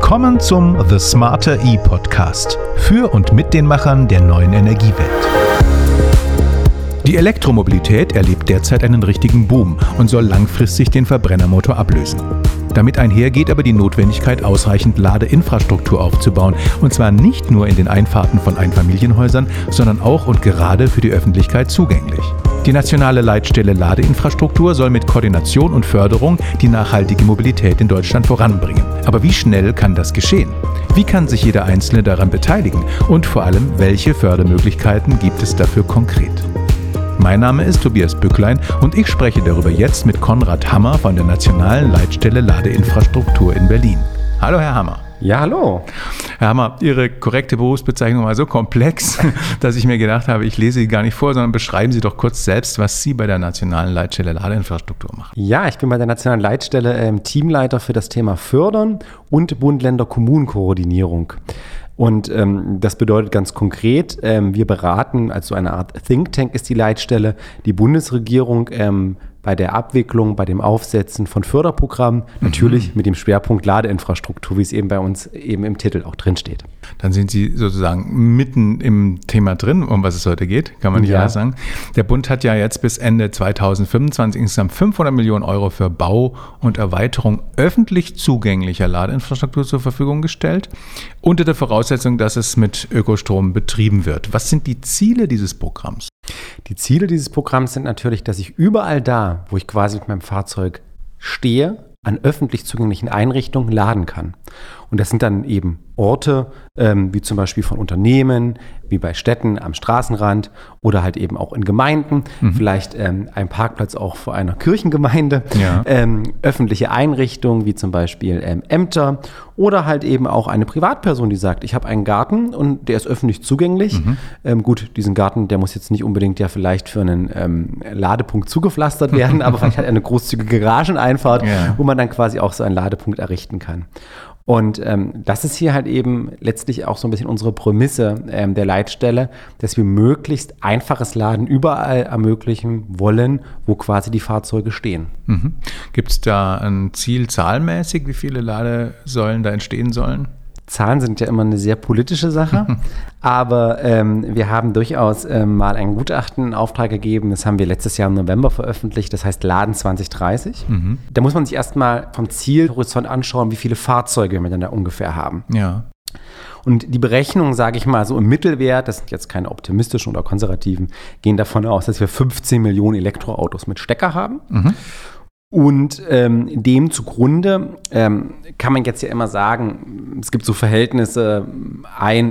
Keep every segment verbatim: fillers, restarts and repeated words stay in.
Willkommen zum The Smarter E-Podcast für und mit den Machern der neuen Energiewelt. Die Elektromobilität erlebt derzeit einen richtigen Boom und soll langfristig den Verbrennermotor ablösen. Damit einhergeht aber die Notwendigkeit, ausreichend Ladeinfrastruktur aufzubauen, und zwar nicht nur in den Einfahrten von Einfamilienhäusern, sondern auch und gerade für die Öffentlichkeit zugänglich. Die nationale Leitstelle Ladeinfrastruktur soll mit Koordination und Förderung die nachhaltige Mobilität in Deutschland voranbringen. Aber wie schnell kann das geschehen? Wie kann sich jeder Einzelne daran beteiligen? Und vor allem, welche Fördermöglichkeiten gibt es dafür konkret? Mein Name ist Tobias Bücklein und ich spreche darüber jetzt mit Konrad Hammer von der Nationalen Leitstelle Ladeinfrastruktur in Berlin. Hallo, Herr Hammer. Ja, hallo. Herr Hammer, Ihre korrekte Berufsbezeichnung war so komplex, dass ich mir gedacht habe, ich lese sie gar nicht vor, sondern beschreiben Sie doch kurz selbst, was Sie bei der Nationalen Leitstelle Ladeinfrastruktur machen. Ja, ich bin bei der Nationalen Leitstelle ähm, Teamleiter für das Thema Fördern und Bund-Länder-Kommunen-Koordinierung. Und ähm, das bedeutet ganz konkret, ähm, wir beraten, als so eine Art Think Tank ist die Leitstelle, die Bundesregierung ähm, bei der Abwicklung, bei dem Aufsetzen von Förderprogrammen, mhm. natürlich mit dem Schwerpunkt Ladeinfrastruktur, wie es eben bei uns eben im Titel auch drin steht. Dann sind Sie sozusagen mitten im Thema drin, um was es heute geht, kann man nicht anders sagen. Der Bund hat ja jetzt bis Ende zweitausendfünfundzwanzig insgesamt fünfhundert Millionen Euro für Bau und Erweiterung öffentlich zugänglicher Ladeinfrastruktur zur Verfügung gestellt, unter der Voraussetzung, dass es mit Ökostrom betrieben wird. Was sind die Ziele dieses Programms? Die Ziele dieses Programms sind natürlich, dass ich überall da, wo ich quasi mit meinem Fahrzeug stehe, an öffentlich zugänglichen Einrichtungen laden kann. Und das sind dann eben Orte, ähm, wie zum Beispiel von Unternehmen, wie bei Städten am Straßenrand oder halt eben auch in Gemeinden, mhm. vielleicht ähm, ein Parkplatz auch vor einer Kirchengemeinde, ja. ähm, öffentliche Einrichtungen wie zum Beispiel ähm, Ämter oder halt eben auch eine Privatperson, die sagt, ich habe einen Garten und der ist öffentlich zugänglich. Mhm. Ähm, gut, diesen Garten, der muss jetzt nicht unbedingt ja vielleicht für einen ähm, Ladepunkt zugepflastert werden, aber vielleicht hat er eine großzügige Garageneinfahrt, ja. wo man dann quasi auch so einen Ladepunkt errichten kann. Und ähm, das ist hier halt eben letztlich auch so ein bisschen unsere Prämisse ähm, der Leitstelle, dass wir möglichst einfaches Laden überall ermöglichen wollen, wo quasi die Fahrzeuge stehen. Mhm. Gibt es da ein Ziel zahlenmäßig, wie viele Ladesäulen da entstehen sollen? Zahlen sind ja immer eine sehr politische Sache, aber ähm, wir haben durchaus ähm, mal ein Gutachten in Auftrag gegeben, das haben wir letztes Jahr im November veröffentlicht, das heißt Laden zwanzig dreißig. Mhm. Da muss man sich erstmal vom Zielhorizont anschauen, wie viele Fahrzeuge wir dann da ungefähr haben. Ja. Und die Berechnungen, sage ich mal, so im Mittelwert, das sind jetzt keine optimistischen oder konservativen, gehen davon aus, dass wir fünfzehn Millionen Elektroautos mit Stecker haben. Mhm. Und ähm, dem zugrunde ähm, kann man jetzt ja immer sagen, es gibt so Verhältnisse, ein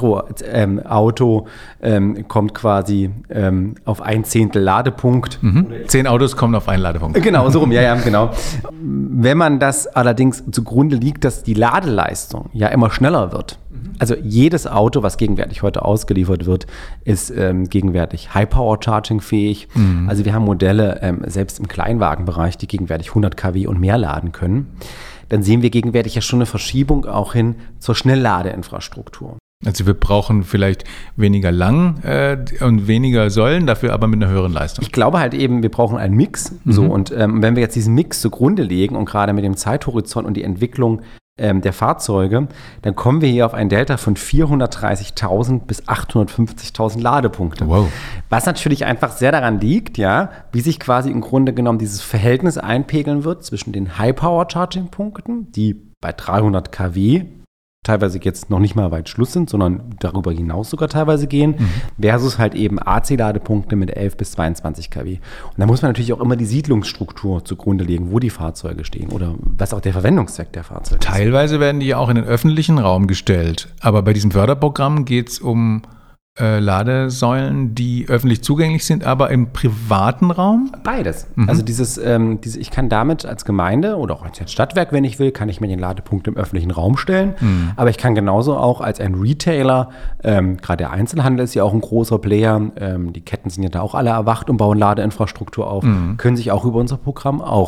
Elektroauto ähm, ähm, kommt quasi ähm, auf ein Zehntel Ladepunkt. Mhm. Zehn Autos kommen auf einen Ladepunkt. Genau, so rum, ja, ja, genau. Wenn man das allerdings zugrunde liegt, dass die Ladeleistung ja immer schneller wird, also jedes Auto, was gegenwärtig heute ausgeliefert wird, ist ähm, gegenwärtig High-Power-Charging-fähig. Mhm. Also wir haben Modelle, ähm, selbst im Kleinwagenbereich, die gegenwärtig hundert Kilowatt und mehr laden können. Dann sehen wir gegenwärtig ja schon eine Verschiebung auch hin zur Schnellladeinfrastruktur. Also wir brauchen vielleicht weniger lang äh, und weniger Säulen, dafür aber mit einer höheren Leistung. Ich glaube halt eben, wir brauchen einen Mix. Mhm. So, und ähm, wenn wir jetzt diesen Mix zugrunde legen und gerade mit dem Zeithorizont und die Entwicklung ähm, der Fahrzeuge, dann kommen wir hier auf ein Delta von vierhundertdreißigtausend bis achthundertfünfzigtausend Ladepunkte. Wow. Was natürlich einfach sehr daran liegt, ja, wie sich quasi im Grunde genommen dieses Verhältnis einpegeln wird zwischen den High-Power-Charging-Punkten, die bei dreihundert Kilowatt teilweise jetzt noch nicht mal weit Schluss sind, sondern darüber hinaus sogar teilweise gehen, mhm. versus halt eben A C-Ladepunkte mit elf bis zweiundzwanzig Kilowatt. Und da muss man natürlich auch immer die Siedlungsstruktur zugrunde legen, wo die Fahrzeuge stehen oder was auch der Verwendungszweck der Fahrzeuge ist. Teilweise werden die ja auch in den öffentlichen Raum gestellt, aber bei diesem Förderprogramm geht es um äh, Ladesäulen, die öffentlich zugänglich sind, aber im privaten Raum? Beides. Mhm. Also dieses, ähm, diese, ich kann damit als Gemeinde oder auch als Stadtwerk, wenn ich will, kann ich mir den Ladepunkt im öffentlichen Raum stellen. Mhm. Aber ich kann genauso auch als ein Retailer, ähm, gerade der Einzelhandel ist ja auch ein großer Player, ähm, die Ketten sind ja da auch alle erwacht und bauen Ladeinfrastruktur auf, mhm. können sich auch über unser Programm auch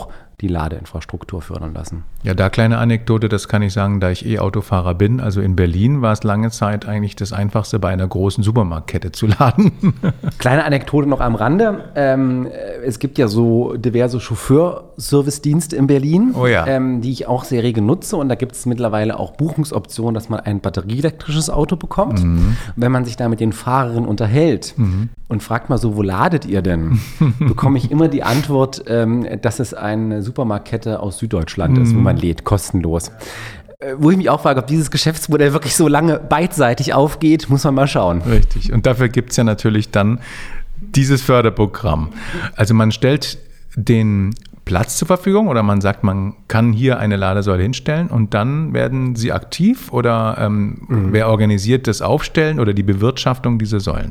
die Ladeinfrastruktur fördern lassen. Ja, da kleine Anekdote, das kann ich sagen, da ich E-Autofahrer bin. Also in Berlin war es lange Zeit eigentlich das Einfachste, bei einer großen Supermarktkette zu laden. Kleine Anekdote noch am Rande. Ähm, es gibt ja so diverse Chauffeurservice-Dienste in Berlin, oh ja. ähm, die ich auch sehr rege nutze. Und da gibt es mittlerweile auch Buchungsoptionen, dass man ein batterieelektrisches Auto bekommt. Mhm. Wenn man sich da mit den Fahrerinnen unterhält mhm. und fragt mal so, wo ladet ihr denn? bekomme ich immer die Antwort, ähm, dass es eine Supermarktkette aus Süddeutschland mm. ist, wo man lädt, kostenlos. Äh, wo ich mich auch frage, ob dieses Geschäftsmodell wirklich so lange beidseitig aufgeht, muss man mal schauen. Richtig. Und dafür gibt es ja natürlich dann dieses Förderprogramm. Also man stellt den Platz zur Verfügung oder man sagt, man kann hier eine Ladesäule hinstellen und dann werden sie aktiv oder ähm, mm. wer organisiert das Aufstellen oder die Bewirtschaftung dieser Säulen?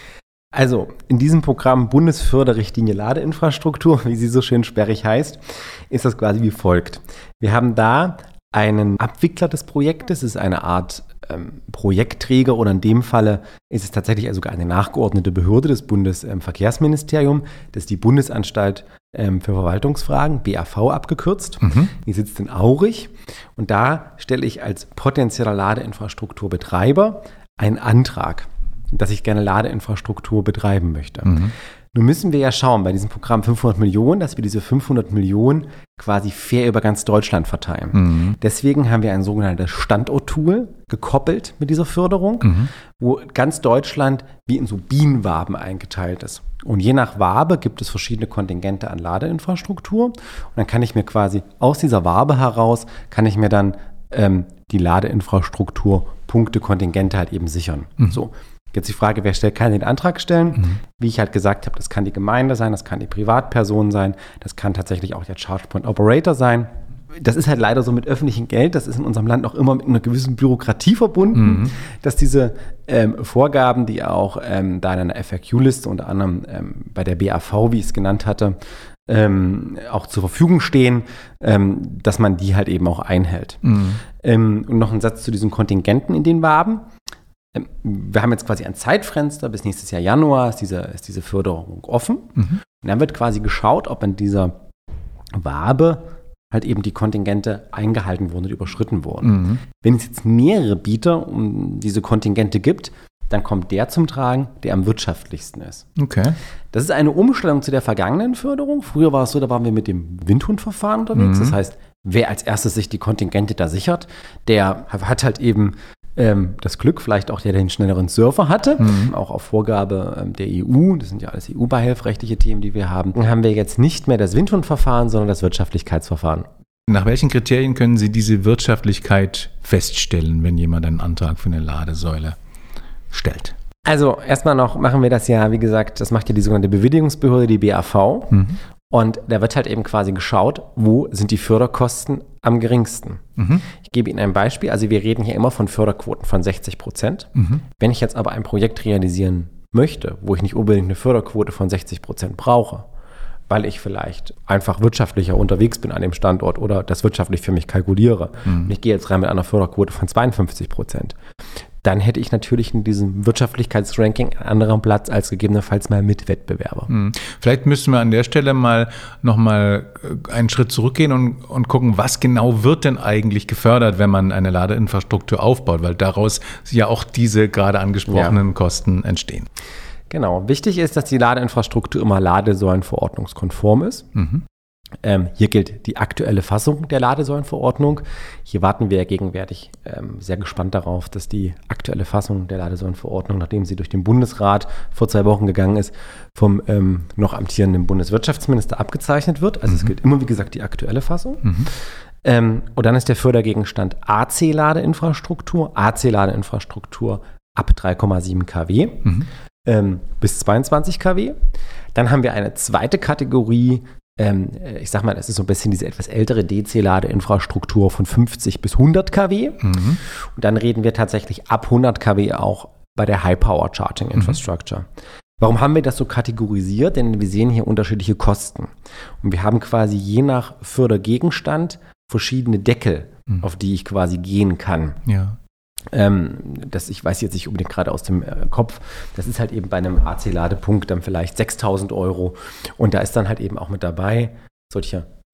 Also in diesem Programm Bundesförderrichtlinie Ladeinfrastruktur, wie sie so schön sperrig heißt, ist das quasi wie folgt. Wir haben da einen Abwickler des Projektes, es ist eine Art ähm, Projektträger oder in dem Falle ist es tatsächlich sogar eine nachgeordnete Behörde des Bundesverkehrsministeriums, das ist die Bundesanstalt ähm, für Verwaltungsfragen, B A V abgekürzt. Mhm. Die sitzt in Aurich und da stelle ich als potenzieller Ladeinfrastrukturbetreiber einen Antrag, dass ich gerne Ladeinfrastruktur betreiben möchte. Mhm. Nun müssen wir ja schauen, bei diesem Programm fünfhundert Millionen, dass wir diese fünfhundert Millionen quasi fair über ganz Deutschland verteilen. Mhm. Deswegen haben wir ein sogenanntes Standorttool gekoppelt mit dieser Förderung, mhm. wo ganz Deutschland wie in so Bienenwaben eingeteilt ist. Und je nach Wabe gibt es verschiedene Kontingente an Ladeinfrastruktur. Und dann kann ich mir quasi aus dieser Wabe heraus, kann ich mir dann ähm, die Ladeinfrastruktur Punkte, Kontingente halt eben sichern. Mhm. So. Jetzt die Frage, wer stellt, kann den Antrag stellen? Mhm. Wie ich halt gesagt habe, das kann die Gemeinde sein, das kann die Privatperson sein, das kann tatsächlich auch der Charge Point Operator sein. Das ist halt leider so mit öffentlichem Geld, das ist in unserem Land auch immer mit einer gewissen Bürokratie verbunden, mhm. dass diese ähm, Vorgaben, die auch ähm, da in einer F A Q-Liste unter anderem ähm, bei der B A V, wie ich es genannt hatte, ähm, auch zur Verfügung stehen, ähm, dass man die halt eben auch einhält. Mhm. Ähm, und noch ein Satz zu diesen Kontingenten in den Waben. Wir haben jetzt quasi ein Zeitfenster, bis nächstes Jahr Januar ist diese, ist diese Förderung offen. Mhm. Und dann wird quasi geschaut, ob in dieser Wabe halt eben die Kontingente eingehalten wurden und überschritten wurden. Mhm. Wenn es jetzt mehrere Bieter um diese Kontingente gibt, dann kommt der zum Tragen, der am wirtschaftlichsten ist. Okay. Das ist eine Umstellung zu der vergangenen Förderung. Früher war es so, da waren wir mit dem Windhundverfahren unterwegs. Mhm. Das heißt, wer als erstes sich die Kontingente da sichert, der hat halt eben Ähm, das Glück, vielleicht auch der, der den schnelleren Surfer hatte, mhm. auch auf Vorgabe ähm, der E U, das sind ja alles E U-beihilfrechtliche Themen, die wir haben, dann haben wir jetzt nicht mehr das Windhundverfahren, sondern das Wirtschaftlichkeitsverfahren. Nach welchen Kriterien können Sie diese Wirtschaftlichkeit feststellen, wenn jemand einen Antrag für eine Ladesäule stellt? Also erstmal noch machen wir das ja, wie gesagt, das macht ja die sogenannte Bewilligungsbehörde, die B A V. Mhm. Und da wird halt eben quasi geschaut, wo sind die Förderkosten am geringsten. Mhm. Ich gebe Ihnen ein Beispiel. Also wir reden hier immer von Förderquoten von sechzig Prozent. Mhm. Wenn ich jetzt aber ein Projekt realisieren möchte, wo ich nicht unbedingt eine Förderquote von sechzig Prozent brauche, weil ich vielleicht einfach wirtschaftlicher unterwegs bin an dem Standort oder das wirtschaftlich für mich kalkuliere, mhm. und ich gehe jetzt rein mit einer Förderquote von zweiundfünfzig Prozent, dann hätte ich natürlich in diesem Wirtschaftlichkeitsranking einen anderen Platz als gegebenenfalls mal Mitwettbewerber. Hm. Vielleicht müssen wir an der Stelle mal nochmal einen Schritt zurückgehen und, und gucken, was genau wird denn eigentlich gefördert, wenn man eine Ladeinfrastruktur aufbaut, weil daraus ja auch diese gerade angesprochenen ja. Kosten entstehen. Genau. Wichtig ist, dass die Ladeinfrastruktur immer ladesäulenverordnungskonform ist. Mhm. Ähm, hier gilt die aktuelle Fassung der Ladesäulenverordnung. Hier warten wir gegenwärtig ähm, sehr gespannt darauf, dass die aktuelle Fassung der Ladesäulenverordnung, nachdem sie durch den Bundesrat vor zwei Wochen gegangen ist, vom ähm, noch amtierenden Bundeswirtschaftsminister abgezeichnet wird. Also mhm. es gilt immer, wie gesagt, die aktuelle Fassung. Mhm. Ähm, und dann ist der Fördergegenstand A C-Ladeinfrastruktur. A C-Ladeinfrastruktur ab drei Komma sieben Kilowatt mhm. ähm, bis zweiundzwanzig Kilowatt. Dann haben wir eine zweite Kategorie. Ähm, ich sag mal, das ist so ein bisschen diese etwas ältere D C-Ladeinfrastruktur von fünfzig bis hundert Kilowatt. Mhm. Und dann reden wir tatsächlich ab hundert Kilowatt auch bei der High-Power-Charging-Infrastructure. Mhm. Warum haben wir das so kategorisiert? Denn wir sehen hier unterschiedliche Kosten. Und wir haben quasi je nach Fördergegenstand verschiedene Deckel, mhm. auf die ich quasi gehen kann. Ja. Ähm, das, ich weiß jetzt nicht unbedingt gerade aus dem äh, Kopf, das ist halt eben bei einem A C-Ladepunkt dann vielleicht sechstausend Euro und da ist dann halt eben auch mit dabei solche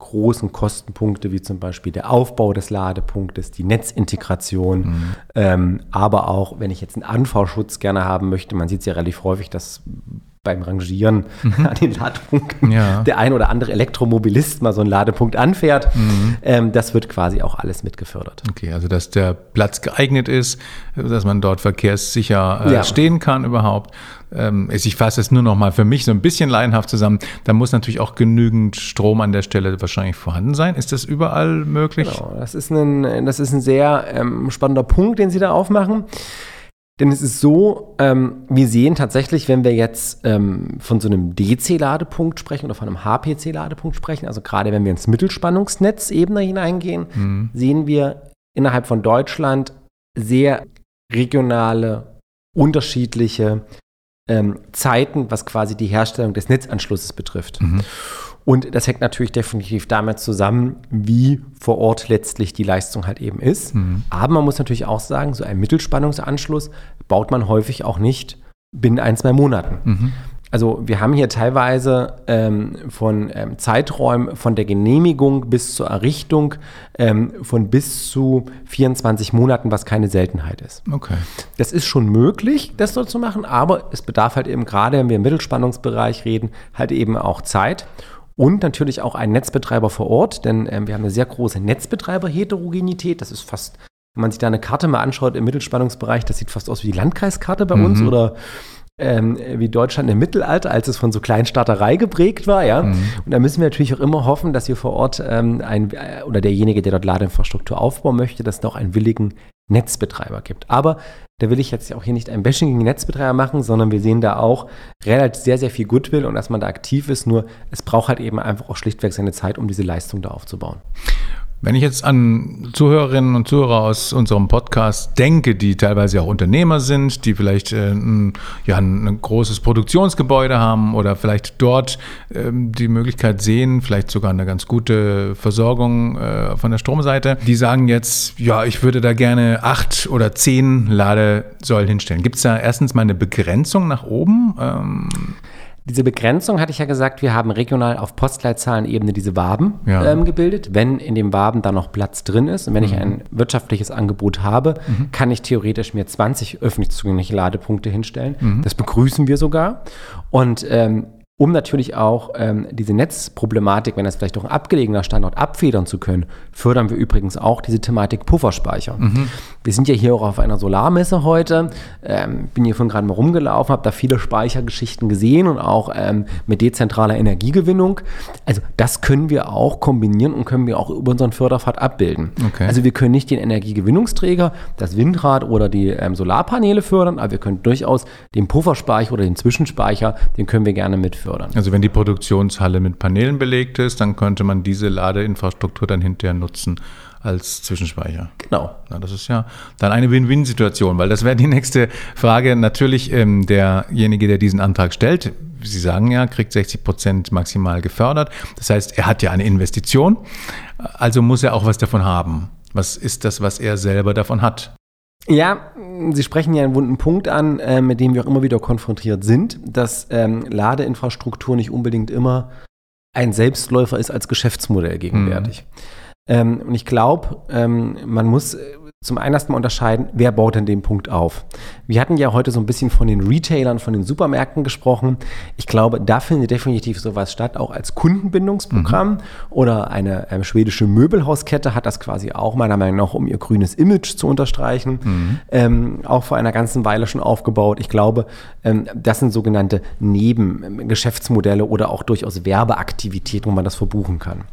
großen Kostenpunkte, wie zum Beispiel der Aufbau des Ladepunktes, die Netzintegration, mhm. ähm, aber auch, wenn ich jetzt einen Anfahrschutz gerne haben möchte, man sieht es ja relativ häufig, dass beim Rangieren mhm. an den Ladepunkten ja. der ein oder andere Elektromobilist mal so einen Ladepunkt anfährt. Mhm. Ähm, das wird quasi auch alles mitgefördert. Okay, also dass der Platz geeignet ist, dass man dort verkehrssicher äh, ja. stehen kann überhaupt. Ähm, ich fasse es nur noch mal für mich so ein bisschen laienhaft zusammen. Da muss natürlich auch genügend Strom an der Stelle wahrscheinlich vorhanden sein. Ist das überall möglich? Genau, das ist ein, das ist ein sehr ähm, spannender Punkt, den Sie da aufmachen. Denn es ist so, ähm, wir sehen tatsächlich, wenn wir jetzt ähm, von so einem D C-Ladepunkt sprechen oder von einem H P C-Ladepunkt sprechen, also gerade wenn wir ins Mittelspannungsnetzebene hineingehen, mhm. sehen wir innerhalb von Deutschland sehr regionale, unterschiedliche ähm, Zeiten, was quasi die Herstellung des Netzanschlusses betrifft. Mhm. Und das hängt natürlich definitiv damit zusammen, wie vor Ort letztlich die Leistung halt eben ist. Mhm. Aber man muss natürlich auch sagen, so einen Mittelspannungsanschluss baut man häufig auch nicht binnen ein, zwei Monaten. Mhm. Also wir haben hier teilweise ähm, von ähm, Zeiträumen von der Genehmigung bis zur Errichtung ähm, von bis zu vierundzwanzig Monaten, was keine Seltenheit ist. Okay. Das ist schon möglich, das so zu machen, aber es bedarf halt eben gerade, wenn wir im Mittelspannungsbereich reden, halt eben auch Zeit. Und natürlich auch ein Netzbetreiber vor Ort, denn ähm, wir haben eine sehr große Netzbetreiber-Heterogenität. Das ist fast, wenn man sich da eine Karte mal anschaut im Mittelspannungsbereich, das sieht fast aus wie die Landkreiskarte bei mhm. uns oder ähm, wie Deutschland im Mittelalter, als es von so Kleinstaaterei geprägt war. Ja? Mhm. Und da müssen wir natürlich auch immer hoffen, dass wir vor Ort ähm, ein, äh, oder derjenige, der dort Ladeinfrastruktur aufbauen möchte, dass es auch einen willigen Netzbetreiber gibt. Aber da will ich jetzt auch hier nicht ein Bashing gegen Netzbetreiber machen, sondern wir sehen da auch relativ sehr, sehr viel Goodwill und dass man da aktiv ist, nur es braucht halt eben einfach auch schlichtweg seine Zeit, um diese Leistung da aufzubauen. Wenn ich jetzt an Zuhörerinnen und Zuhörer aus unserem Podcast denke, die teilweise auch Unternehmer sind, die vielleicht äh, ein, ja, ein großes Produktionsgebäude haben oder vielleicht dort äh, die Möglichkeit sehen, vielleicht sogar eine ganz gute Versorgung äh, von der Stromseite, die sagen jetzt, ja, ich würde da gerne acht oder zehn Ladesäulen hinstellen. Gibt es da erstens mal eine Begrenzung nach oben? Ähm Diese Begrenzung hatte ich ja gesagt, wir haben regional auf Postleitzahlenebene diese Waben ja. ähm, gebildet. Wenn in dem Waben da noch Platz drin ist und wenn mhm. ich ein wirtschaftliches Angebot habe, mhm. kann ich theoretisch mir zwanzig öffentlich zugängliche Ladepunkte hinstellen. Mhm. Das begrüßen wir sogar. Und ähm, um natürlich auch ähm, diese Netzproblematik, wenn das vielleicht auch ein abgelegener Standort, abfedern zu können, fördern wir übrigens auch diese Thematik Pufferspeicher. Mhm. Wir sind ja hier auch auf einer Solarmesse heute, ähm, bin hier vorhin gerade mal rumgelaufen, habe da viele Speichergeschichten gesehen und auch ähm, mit dezentraler Energiegewinnung. Also das können wir auch kombinieren und können wir auch über unseren Förderpfad abbilden. Okay. Also wir können nicht den Energiegewinnungsträger, das Windrad oder die ähm, Solarpaneele fördern, aber wir können durchaus den Pufferspeicher oder den Zwischenspeicher, den können wir gerne mitfördern. Also wenn die Produktionshalle mit Paneelen belegt ist, dann könnte man diese Ladeinfrastruktur dann hinterher nutzen als Zwischenspeicher. Genau. Na, das ist ja dann eine Win-Win-Situation, weil das wäre die nächste Frage. Natürlich ähm, derjenige, der diesen Antrag stellt, Sie sagen ja, kriegt sechzig Prozent maximal gefördert. Das heißt, er hat ja eine Investition, also muss er auch was davon haben. Was ist das, was er selber davon hat? Ja, Sie sprechen ja einen wunden Punkt an, äh, mit dem wir auch immer wieder konfrontiert sind, dass ähm, Ladeinfrastruktur nicht unbedingt immer ein Selbstläufer ist als Geschäftsmodell gegenwärtig. Mhm. Ähm, und ich glaube, ähm, man muss zum einen erstmal unterscheiden, wer baut denn den Punkt auf. Wir hatten ja heute so ein bisschen von den Retailern, von den Supermärkten gesprochen. Ich glaube, da findet definitiv sowas statt, auch als Kundenbindungsprogramm. Mhm. Oder eine ähm, schwedische Möbelhauskette hat das quasi auch meiner Meinung nach, um ihr grünes Image zu unterstreichen, mhm. ähm, auch vor einer ganzen Weile schon aufgebaut. Ich glaube, ähm, das sind sogenannte Nebengeschäftsmodelle oder auch durchaus Werbeaktivitäten, wo man das verbuchen kann.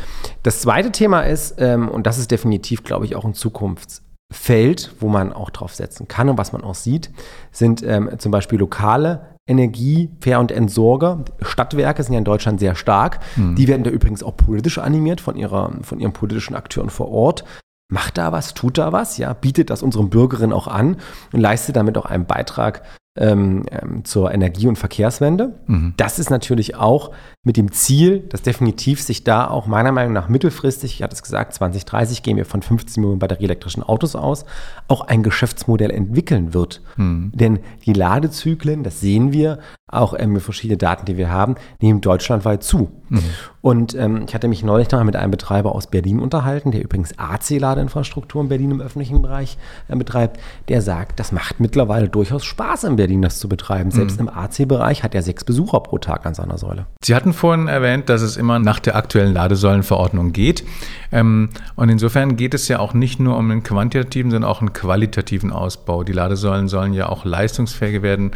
Das zweite Thema ist, ähm, und das ist definitiv, glaube ich, auch ein Zukunftsfeld, wo man auch drauf setzen kann und was man auch sieht, sind ähm, zum Beispiel lokale Energiever- und Entsorger. Stadtwerke sind ja in Deutschland sehr stark. Mhm. Die werden da übrigens auch politisch animiert von, ihrer, von ihren politischen Akteuren vor Ort. Macht da was, tut da was, ja, bietet das unseren Bürgerinnen auch an und leistet damit auch einen Beitrag ähm, zur Energie- und Verkehrswende. Mhm. Das ist natürlich auch mit dem Ziel, dass definitiv sich da auch meiner Meinung nach mittelfristig, ich hatte es gesagt, zwanzig dreißig gehen wir von fünfzehn Millionen batterieelektrischen Autos aus, auch ein Geschäftsmodell entwickeln wird. Mhm. Denn die Ladezyklen, das sehen wir, auch ähm, mit verschiedenen Daten, die wir haben, nehmen deutschlandweit zu. Mhm. Und ähm, ich hatte mich neulich noch mal mit einem Betreiber aus Berlin unterhalten, der übrigens A C-Ladeinfrastruktur in Berlin im öffentlichen Bereich äh, betreibt, der sagt, das macht mittlerweile durchaus Spaß in Berlin, das zu betreiben. Selbst mhm. im A C-Bereich hat er sechs Besucher pro Tag an seiner Säule. Sie hatten vorhin erwähnt, dass es immer nach der aktuellen Ladesäulenverordnung geht. Ähm, und insofern geht es ja auch nicht nur um einen quantitativen, sondern auch einen qualitativen Ausbau. Die Ladesäulen sollen ja auch leistungsfähiger werden,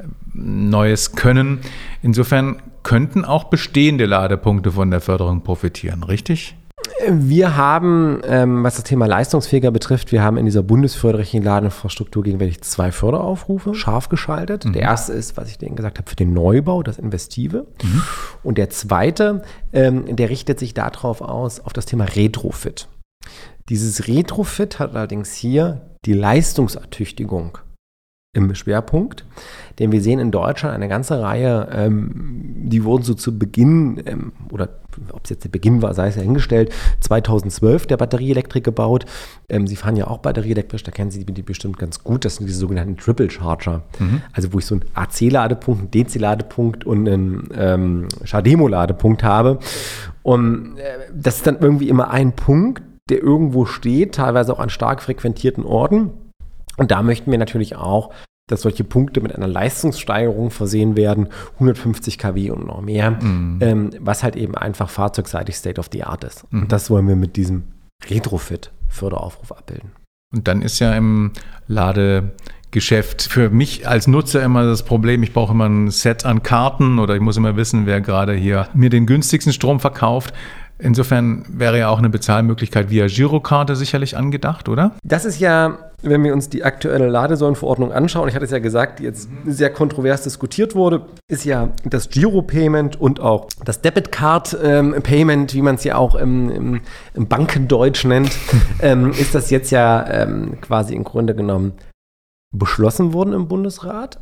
Neues können. Insofern könnten auch bestehende Ladepunkte von der Förderung profitieren, richtig? Wir haben, ähm, was das Thema leistungsfähiger betrifft, wir haben in dieser bundesförderlichen Ladeinfrastruktur gegenwärtig zwei Förderaufrufe scharf geschaltet. Mhm. Der erste ist, was ich denen gesagt habe, für den Neubau, das Investive. Mhm. Und der zweite, ähm, der richtet sich darauf aus, auf das Thema Retrofit. Dieses Retrofit hat allerdings hier die Leistungsertüchtigung im Schwerpunkt, denn wir sehen in Deutschland eine ganze Reihe, ähm, die wurden so zu Beginn, ähm, oder ob es jetzt der Beginn war, sei es ja hingestellt, zweitausendzwölf der Batterieelektrik gebaut. Ähm, Sie fahren ja auch batterieelektrisch, da kennen Sie die bestimmt ganz gut, das sind diese sogenannten Triple Charger, mhm. also wo ich so einen A C-Ladepunkt, einen D C-Ladepunkt und einen ähm, CHAdeMO-Ladepunkt habe. Und äh, das ist dann irgendwie immer ein Punkt, der irgendwo steht, teilweise auch an stark frequentierten Orten. Und da möchten wir natürlich auch, dass solche Punkte mit einer Leistungssteigerung versehen werden, hundertfünfzig Kilowatt und noch mehr, mhm. ähm, was halt eben einfach fahrzeugseitig State of the Art ist. Mhm. Und das wollen wir mit diesem Retrofit-Förderaufruf abbilden. Und dann ist ja im Ladegeschäft für mich als Nutzer immer das Problem, ich brauche immer ein Set an Karten oder ich muss immer wissen, wer gerade hier mir den günstigsten Strom verkauft. Insofern wäre ja auch eine Bezahlmöglichkeit via Girokarte sicherlich angedacht, oder? Das ist ja, wenn wir uns die aktuelle Ladesäulenverordnung anschauen, ich hatte es ja gesagt, die jetzt sehr kontrovers diskutiert wurde, ist ja das Giro-Payment und auch das Debit-Card-Payment, wie man es ja auch im, im, im Bankendeutsch nennt, ähm, ist das jetzt ja ähm, quasi im Grunde genommen beschlossen worden im Bundesrat.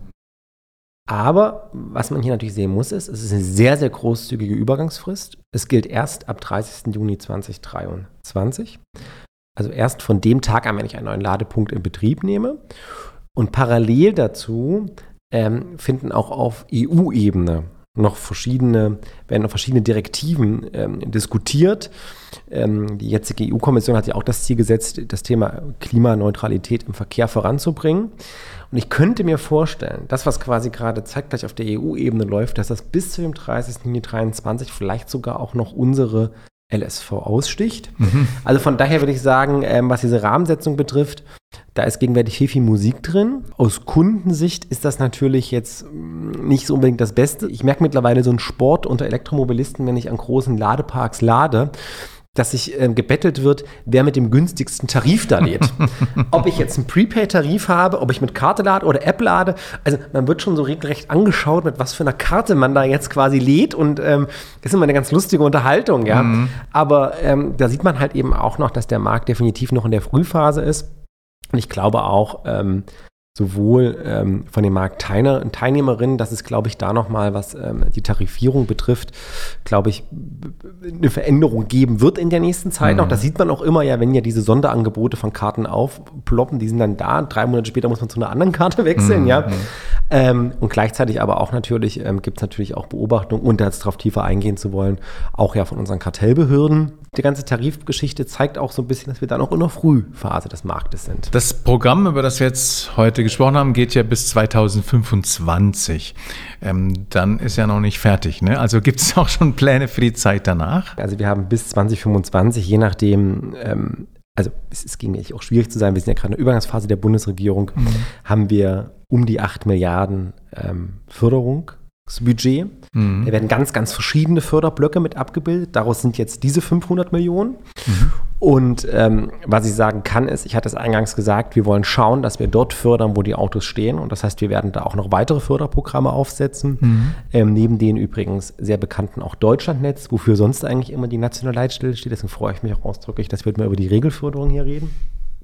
Aber was man hier natürlich sehen muss, ist, es ist eine sehr, sehr großzügige Übergangsfrist. Es gilt erst ab dreißigsten Juni zweitausenddreiundzwanzig. Also erst von dem Tag an, wenn ich einen neuen Ladepunkt in Betrieb nehme. Und parallel dazu ähm, finden auch auf E U-Ebene noch verschiedene, werden noch verschiedene Direktiven ähm, diskutiert. Ähm, die jetzige E U-Kommission hat ja auch das Ziel gesetzt, das Thema Klimaneutralität im Verkehr voranzubringen. Und ich könnte mir vorstellen, das, was quasi gerade zeitgleich auf der E U-Ebene läuft, dass das bis zu dem dreißigsten Juni zweitausenddreiundzwanzig vielleicht sogar auch noch unsere L S V aussticht. Mhm. Also von daher würde ich sagen, ähm, was diese Rahmensetzung betrifft, da ist gegenwärtig viel, viel Musik drin. Aus Kundensicht ist das natürlich jetzt nicht so unbedingt das Beste. Ich merke mittlerweile so einen Sport unter Elektromobilisten, wenn ich an großen Ladeparks lade, dass sich äh, gebettelt wird, wer mit dem günstigsten Tarif da lädt. Ob ich jetzt einen Prepaid-Tarif habe, ob ich mit Karte lade oder App lade. Also man wird schon so regelrecht angeschaut, mit was für einer Karte man da jetzt quasi lädt. Und ähm, das ist immer eine ganz lustige Unterhaltung, ja. Mhm. Aber ähm, da sieht man halt eben auch noch, dass der Markt definitiv noch in der Frühphase ist. Und ich glaube auch, ähm, sowohl ähm, von den Marktteilnehmerinnen, dass es, glaube ich, da nochmal, was ähm, die Tarifierung betrifft, glaube ich, eine Veränderung geben wird in der nächsten Zeit noch. Mhm. Das sieht man auch immer, ja, wenn ja diese Sonderangebote von Karten aufploppen, die sind dann da. Drei Monate später muss man zu einer anderen Karte wechseln, mhm. ja. Ähm, und gleichzeitig aber auch natürlich, ähm, gibt es natürlich auch Beobachtungen, und jetzt darauf tiefer eingehen zu wollen, auch ja von unseren Kartellbehörden. Die ganze Tarifgeschichte zeigt auch so ein bisschen, dass wir da noch in der Frühphase des Marktes sind. Das Programm, über das wir jetzt heute gesprochen haben, geht ja bis zweitausendfünfundzwanzig. Ähm, dann ist ja noch nicht fertig, ne? Also gibt es auch schon Pläne für die Zeit danach? Also wir haben bis zweitausendfünfundzwanzig, je nachdem, ähm, also es ist gegenwärtig auch schwierig zu sein, wir sind ja gerade in der Übergangsphase der Bundesregierung, mhm. haben wir um die acht Milliarden ähm, Förderungsbudget. Mhm. Da werden ganz, ganz verschiedene Förderblöcke mit abgebildet. Daraus sind jetzt diese fünfhundert Millionen. Mhm. Und ähm, was ich sagen kann, ist, ich hatte es eingangs gesagt, wir wollen schauen, dass wir dort fördern, wo die Autos stehen. Und das heißt, wir werden da auch noch weitere Förderprogramme aufsetzen. Mhm. Ähm, neben denen übrigens sehr bekannten auch Deutschlandnetz, wofür sonst eigentlich immer die nationale Leitstelle steht. Deswegen freue ich mich auch ausdrücklich, dass wir mal über die Regelförderung hier reden.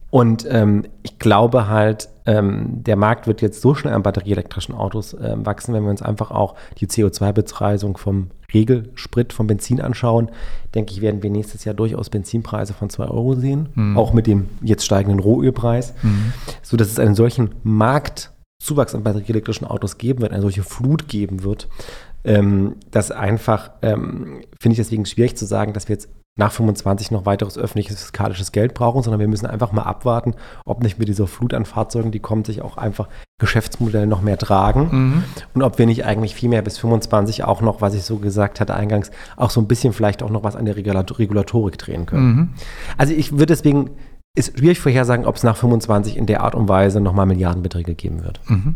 Und ähm, ich glaube halt, ähm, der Markt wird jetzt so schnell an batterieelektrischen Autos äh, wachsen, wenn wir uns einfach auch die C O zwei Bepreisung vom Regelsprit, vom Benzin anschauen, denke ich, werden wir nächstes Jahr durchaus Benzinpreise von zwei Euro sehen, mhm. auch mit dem jetzt steigenden Rohölpreis, mhm. sodass es einen solchen Marktzuwachs an batterieelektrischen Autos geben wird, eine solche Flut geben wird, ähm, dass einfach, ähm, finde ich deswegen schwierig zu sagen, dass wir jetzt nach fünfundzwanzig noch weiteres öffentliches fiskalisches Geld brauchen, sondern wir müssen einfach mal abwarten, ob nicht mit dieser Flut an Fahrzeugen, die kommt, sich auch einfach Geschäftsmodelle noch mehr tragen mhm. und ob wir nicht eigentlich viel mehr bis fünfundzwanzig auch noch, was ich so gesagt hatte eingangs, auch so ein bisschen vielleicht auch noch was an der Regulator- Regulatorik drehen können. Mhm. Also ich würde deswegen, ist schwierig vorhersagen, ob es nach fünfundzwanzig in der Art und Weise nochmal Milliardenbeträge geben wird. Mhm.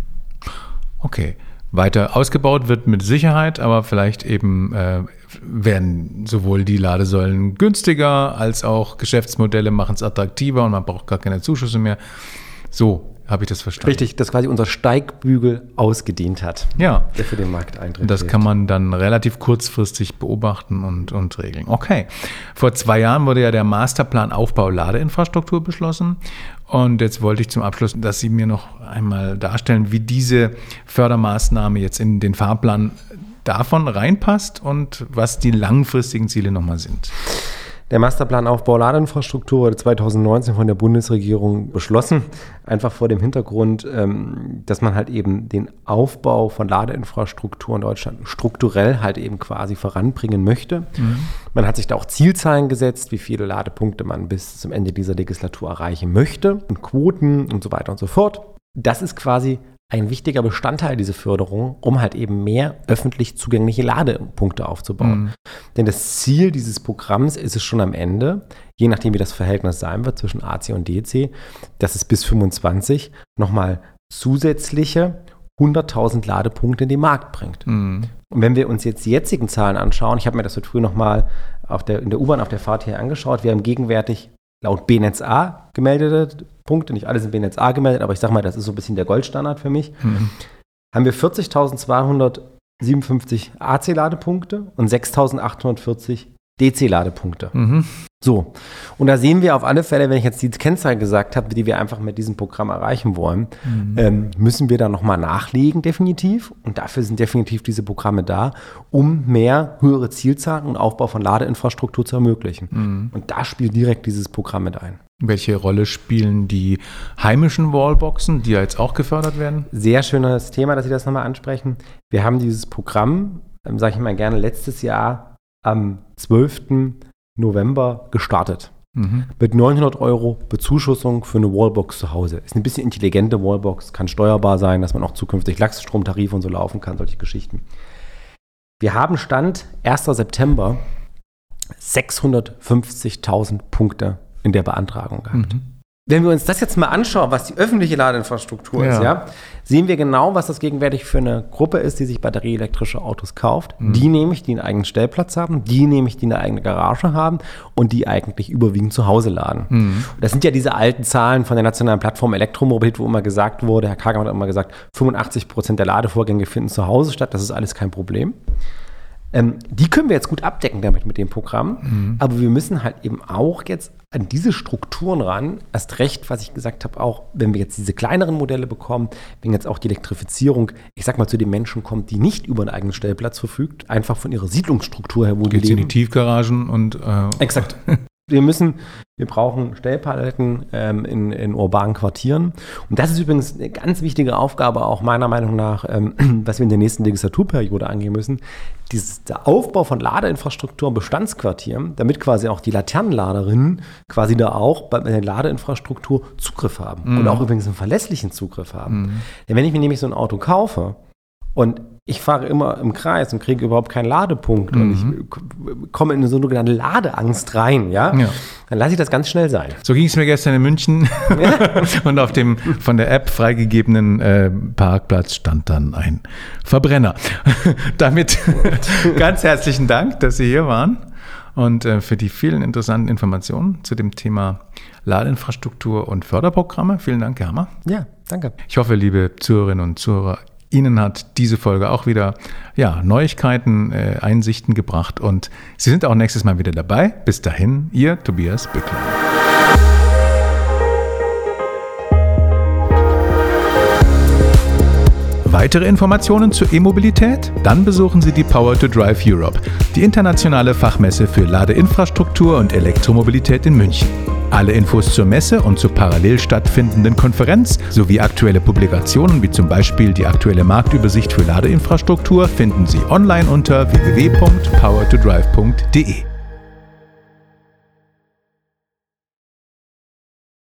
Okay. Weiter ausgebaut wird mit Sicherheit, aber vielleicht eben äh, werden sowohl die Ladesäulen günstiger, als auch Geschäftsmodelle machen es attraktiver und man braucht gar keine Zuschüsse mehr. So habe ich das verstanden. Richtig, dass quasi unser Steigbügel ausgedehnt hat, ja. der für den Markt eintritt. Das kann man dann relativ kurzfristig beobachten und, und regeln. Okay, vor zwei Jahren wurde ja der Masterplan Aufbau Ladeinfrastruktur beschlossen. Und jetzt wollte ich zum Abschluss, dass Sie mir noch einmal darstellen, wie diese Fördermaßnahme jetzt in den Fahrplan davon reinpasst und was die langfristigen Ziele nochmal sind. Der Masterplan Aufbau Ladeinfrastruktur wurde zweitausendneunzehn von der Bundesregierung beschlossen, einfach vor dem Hintergrund, dass man halt eben den Aufbau von Ladeinfrastruktur in Deutschland strukturell halt eben quasi voranbringen möchte. Mhm. Man hat sich da auch Zielzahlen gesetzt, wie viele Ladepunkte man bis zum Ende dieser Legislatur erreichen möchte und Quoten und so weiter und so fort. Das ist quasi ein wichtiger Bestandteil dieser Förderung, um halt eben mehr öffentlich zugängliche Ladepunkte aufzubauen. Mhm. Denn das Ziel dieses Programms ist es schon am Ende, je nachdem wie das Verhältnis sein wird zwischen A C und D C, dass es bis fünfundzwanzig nochmal zusätzliche hunderttausend Ladepunkte in den Markt bringt. Mhm. Und wenn wir uns jetzt die jetzigen Zahlen anschauen, ich habe mir das heute früh nochmal auf der, in der U-Bahn auf der Fahrt hier angeschaut, wir haben gegenwärtig laut B N E T Z-A gemeldete Punkte, nicht alle sind B N E T Z-A gemeldet, aber ich sage mal, das ist so ein bisschen der Goldstandard für mich, mhm. haben wir vierzigtausendzweihundertsiebenundfünfzig A C-Ladepunkte und sechstausendachthundertvierzig D C-Ladepunkte. Mhm. So, und da sehen wir auf alle Fälle, wenn ich jetzt die Kennzahl gesagt habe, die wir einfach mit diesem Programm erreichen wollen, mhm. ähm, müssen wir da nochmal nachlegen, definitiv. Und dafür sind definitiv diese Programme da, um mehr höhere Zielzahlen und Aufbau von Ladeinfrastruktur zu ermöglichen. Mhm. Und da spielt direkt dieses Programm mit ein. Welche Rolle spielen die heimischen Wallboxen, die ja jetzt auch gefördert werden? Sehr schönes Thema, dass Sie das nochmal ansprechen. Wir haben dieses Programm, ähm, sage ich mal gerne, letztes Jahr am zwölften November gestartet. Mhm. Mit neunhundert Euro Bezuschussung für eine Wallbox zu Hause. Ist eine bisschen intelligente Wallbox, kann steuerbar sein, dass man auch zukünftig Lachsstromtarife und so laufen kann, solche Geschichten. Wir haben Stand ersten September sechshundertfünfzigtausend Punkte in der Beantragung gehabt. Mhm. Wenn wir uns das jetzt mal anschauen, was die öffentliche Ladeinfrastruktur ja. ist, ja, sehen wir genau, was das gegenwärtig für eine Gruppe ist, die sich batterieelektrische Autos kauft. Mhm. Die nämlich, die einen eigenen Stellplatz haben, die nämlich, die eine eigene Garage haben und die eigentlich überwiegend zu Hause laden. Mhm. Das sind ja diese alten Zahlen von der nationalen Plattform Elektromobilität, wo immer gesagt wurde, Herr Kagermann hat immer gesagt, fünfundachtzig Prozent der Ladevorgänge finden zu Hause statt. Das ist alles kein Problem. Ähm, die können wir jetzt gut abdecken damit mit dem Programm, mhm. aber wir müssen halt eben auch jetzt an diese Strukturen ran, erst recht, was ich gesagt habe, auch wenn wir jetzt diese kleineren Modelle bekommen, wenn jetzt auch die Elektrifizierung, ich sag mal, zu den Menschen kommt, die nicht über einen eigenen Stellplatz verfügt, einfach von ihrer Siedlungsstruktur her, wo Geht's die leben. In die Tiefgaragen und äh, exakt. Wir müssen, wir brauchen Stellpaletten ähm, in, in urbanen Quartieren. Und das ist übrigens eine ganz wichtige Aufgabe, auch meiner Meinung nach, ähm, was wir in der nächsten Legislaturperiode angehen müssen. Dieses, der Aufbau von Ladeinfrastruktur im Bestandsquartieren, damit quasi auch die Laternenladerinnen quasi da auch bei der Ladeinfrastruktur Zugriff haben. Mhm. Und auch übrigens einen verlässlichen Zugriff haben. Mhm. Denn wenn ich mir nämlich so ein Auto kaufe, und ich fahre immer im Kreis und kriege überhaupt keinen Ladepunkt mhm. und ich komme in eine sogenannte Ladeangst rein, ja, ja. dann lasse ich das ganz schnell sein. So ging es mir gestern in München ja. und auf dem von der App freigegebenen äh, Parkplatz stand dann ein Verbrenner. Damit ganz herzlichen Dank, dass Sie hier waren und äh, für die vielen interessanten Informationen zu dem Thema Ladeinfrastruktur und Förderprogramme. Vielen Dank, Herr Hammer. Ja, danke. Ich hoffe, liebe Zuhörerinnen und Zuhörer, Ihnen hat diese Folge auch wieder ja, Neuigkeiten, äh, Einsichten gebracht und Sie sind auch nächstes Mal wieder dabei. Bis dahin, Ihr Tobias Bückler. Weitere Informationen zur E-Mobilität? Dann besuchen Sie die Power to Drive Europe, die internationale Fachmesse für Ladeinfrastruktur und Elektromobilität in München. Alle Infos zur Messe und zur parallel stattfindenden Konferenz sowie aktuelle Publikationen wie zum Beispiel die aktuelle Marktübersicht für Ladeinfrastruktur finden Sie online unter w w w punkt power to drive punkt d e.